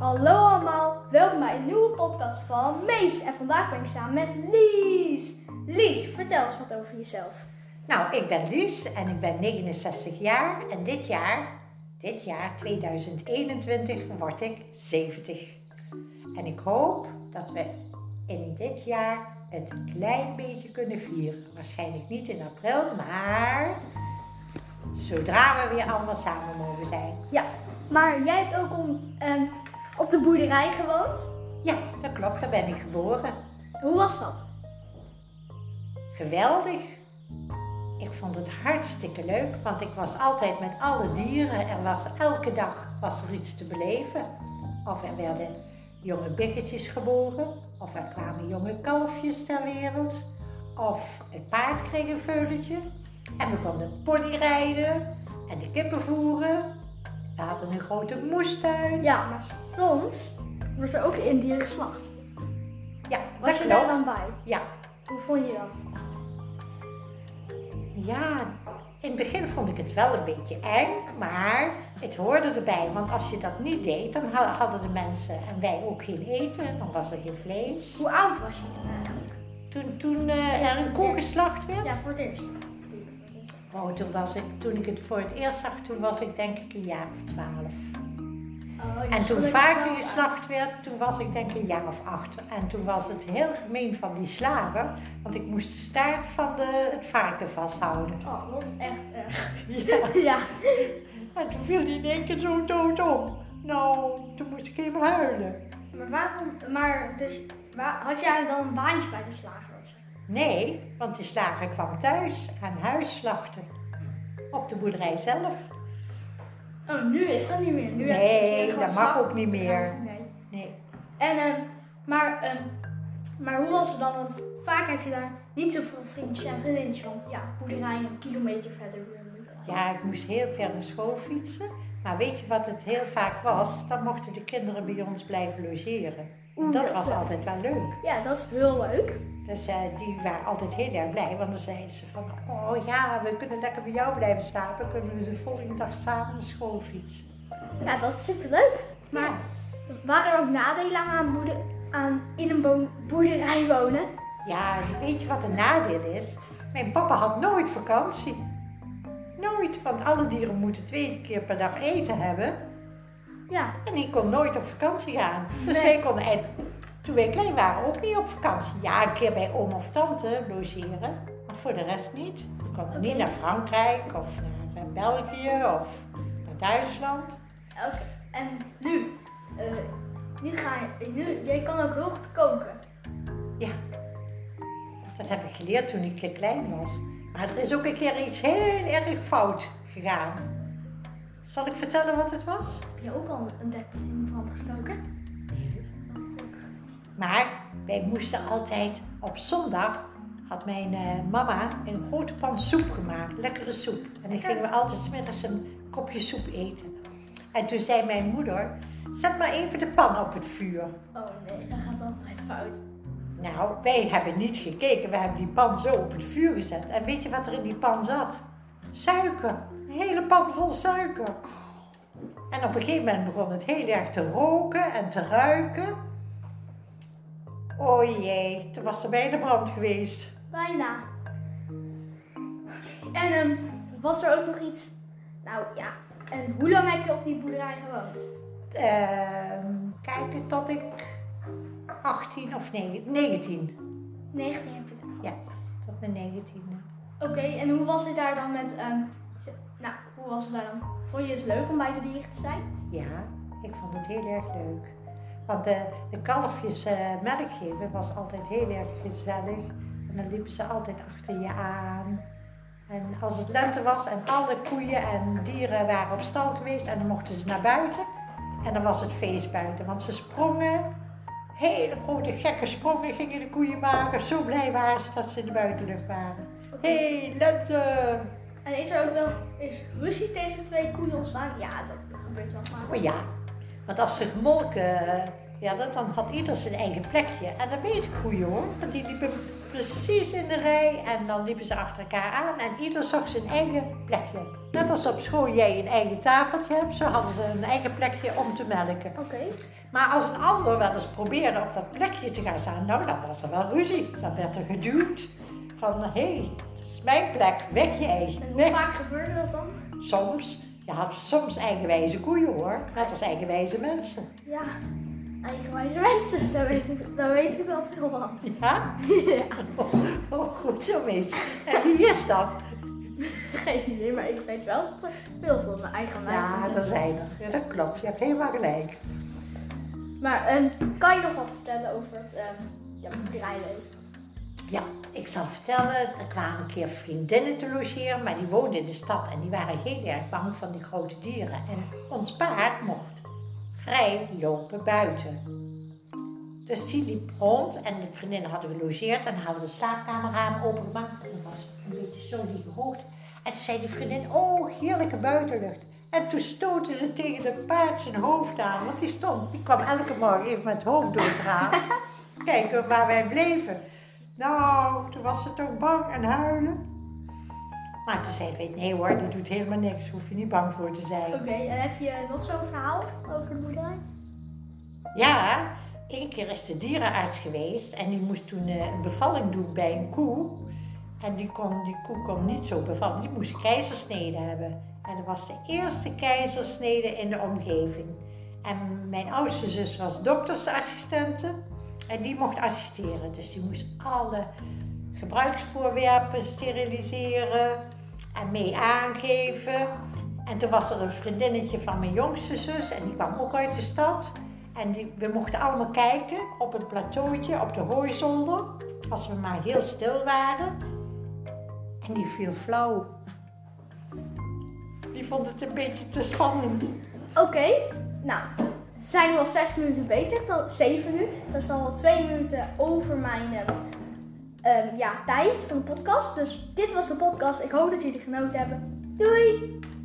Hallo allemaal, welkom bij een nieuwe podcast van Mees. En vandaag ben ik samen met Lies. Lies, vertel eens wat over jezelf. Nou, ik ben Lies en ik ben 69 jaar en dit jaar 2021 word ik 70. En ik hoop dat we in dit jaar het een klein beetje kunnen vieren. Waarschijnlijk niet in april, maar zodra we weer allemaal samen mogen zijn. Ja, maar jij hebt ook op de boerderij gewoond. Ja, dat klopt, daar ben ik geboren. Hoe was dat? Geweldig. Ik vond het hartstikke leuk, want ik was altijd met alle dieren. Elke dag was er iets te beleven. Of er werden jonge biggetjes geboren, of er kwamen jonge kalfjes ter wereld. Of het paard kreeg een veulentje. En we konden pony rijden en de kippen voeren. We hadden een grote moestuin. Ja, maar soms wordt er ook een dier geslacht. Ja, Was je daar dan bij? Ja. Hoe vond je dat? Ja, in het begin vond ik het wel een beetje eng, maar het hoorde erbij. Want als je dat niet deed, dan hadden de mensen en wij ook geen eten, dan was er geen vlees. Hoe oud was je toen eigenlijk? Toen er een koe geslacht werd? Ja, voor het eerst. Oh, toen ik het voor het eerst zag, toen was ik denk ik een jaar of 12. Oh, En toen vaker geslacht werd, toen was ik denk ik een jaar of 8. En toen was het heel gemeen van die slager, want ik moest de staart van het varken vasthouden. Oh, dat is echt erg. Ja. Ja. En toen viel die in één keer zo dood om. Nou, toen moest ik helemaal huilen. Maar had jij dan een baantje bij de slager of zo? Nee, want de slager kwam thuis aan huis slachten. Op de boerderij zelf. Oh, nu is dat niet meer. Nu Nee, dat mag ook niet meer. Nee. En, maar hoe was het dan? Want vaak heb je daar niet zoveel vriendjes en vriendinnetjes. Want ja, boerderij een kilometer verder. Ja, ik moest heel ver naar school fietsen. Maar weet je wat het heel vaak was? Dan mochten de kinderen bij ons blijven logeren. Dat was altijd wel leuk. Ja, dat is heel leuk. Dus die waren altijd heel erg blij. Want dan zeiden ze van, oh ja, we kunnen lekker bij jou blijven slapen. Kunnen we de volgende dag samen naar school fietsen. Ja, dat is superleuk. Maar waren er ook nadelen aan in een boerderij wonen? Ja, weet je wat een nadeel is? Mijn papa had nooit vakantie. Nooit, want alle dieren moeten 2 keer per dag eten hebben. Ja. En ik kon nooit op vakantie gaan. Dus Nee. wij konden eigenlijk, toen wij klein waren, ook niet op vakantie. Ja, een keer bij oom of tante logeren, maar voor de rest niet. We konden niet naar Frankrijk of naar België of naar Duitsland. Oké. En jij kan ook heel goed koken. Ja, dat heb ik geleerd toen ik klein was. Maar er is ook een keer iets heel erg fout gegaan. Zal ik vertellen wat het was? Heb je ook al een dekbed in de brand gestoken? Maar wij moesten altijd op zondag, had mijn mama een grote pan soep gemaakt, lekkere soep. En dan gingen we altijd 's middags een kopje soep eten. En toen zei mijn moeder, zet maar even de pan op het vuur. Oh nee, dat gaat altijd fout. Nou, wij hebben niet gekeken, we hebben die pan zo op het vuur gezet. En weet je wat er in die pan zat? Suiker, een hele pan vol suiker. En op een gegeven moment begon het heel erg te roken en te ruiken. O jee, toen was er bijna brand geweest. Bijna. En was er ook nog iets? Nou ja, en hoe lang heb je op die boerderij gewoond? Kijk, tot ik 18 of 19. 19 heb je daar. Ja, tot mijn 19e. Oké, en hoe was het daar dan met, hoe was het daar dan? Vond je het leuk om bij de dieren te zijn? Ja, ik vond het heel erg leuk. Want de kalfjes melk geven was altijd heel erg gezellig. En dan liepen ze altijd achter je aan. En als het lente was en alle koeien en dieren waren op stal geweest en dan mochten ze naar buiten. En dan was het feest buiten, want ze sprongen. Hele grote gekke sprongen gingen de koeien maken. Zo blij waren ze dat ze in de buitenlucht waren. Hé, lente! En is er ook wel ruzie tussen 2 koeien ontstaan? Ja, dat gebeurt wel vaak. Oh ja, want als ze gemolken dan had ieder zijn eigen plekje. En dat weten koeien hoor, want die liepen precies in de rij en dan liepen ze achter elkaar aan en ieder zocht zijn eigen plekje. Net als op school jij een eigen tafeltje hebt, zo hadden ze een eigen plekje om te melken. Oké. Maar als een ander wel eens probeerde op dat plekje te gaan staan, nou dan was er wel ruzie. Dan werd er geduwd van, hé, dat is mijn plek, weg jij. En hoe Weg. vaak gebeurde dat dan? Soms, je had soms eigenwijze koeien hoor, net als eigenwijze mensen. Ja, eigenwijze mensen, daar weet ik wel veel van. Ja? Ja, Oh, goed zo meisje. En wie is dat? geen idee, maar ik weet wel dat er veel van eigenwijze Ja, mensen dat zijn er. Ja, dat klopt, je hebt helemaal gelijk. Maar kan je nog wat vertellen over het boerderijleven? Ja, ik zal vertellen, er kwamen een keer vriendinnen te logeren, maar die woonden in de stad en die waren heel erg bang van die grote dieren. En ons paard mocht vrij lopen buiten. Dus die liep rond en de vriendinnen hadden gelogeerd en hadden de slaapkamerraam opengemaakt. En dat was een beetje zo die hoogte. En toen zei die vriendin, oh, heerlijke buitenlucht. En toen stoten ze tegen het paard zijn hoofd aan, want die kwam elke morgen even met het hoofd door het raam. Kijken waar wij bleven. Nou, toen was ze toch bang en huilen. Maar toen zeiden we, nee hoor, die doet helemaal niks, hoef je niet bang voor te zijn. Oké, en heb je nog zo'n verhaal over de boerderij? Ja, één keer is de dierenarts geweest en die moest toen een bevalling doen bij een koe. En die koe kon niet zo bevallen, die moest een keizersnede hebben. En dat was de eerste keizersnede in de omgeving. En mijn oudste zus was doktersassistente en die mocht assisteren. Dus die moest alle gebruiksvoorwerpen steriliseren en mee aangeven. En toen was er een vriendinnetje van mijn jongste zus en die kwam ook uit de stad. En we mochten allemaal kijken op het plateautje, op de hooizolder, als we maar heel stil waren. En die viel flauw. Die vond het een beetje te spannend. Oké, nou, we zijn nu al 6 minuten bezig, 7 nu. Dat is al 2 minuten over mijn tijd van de podcast. Dus dit was de podcast. Ik hoop dat jullie genoten hebben. Doei!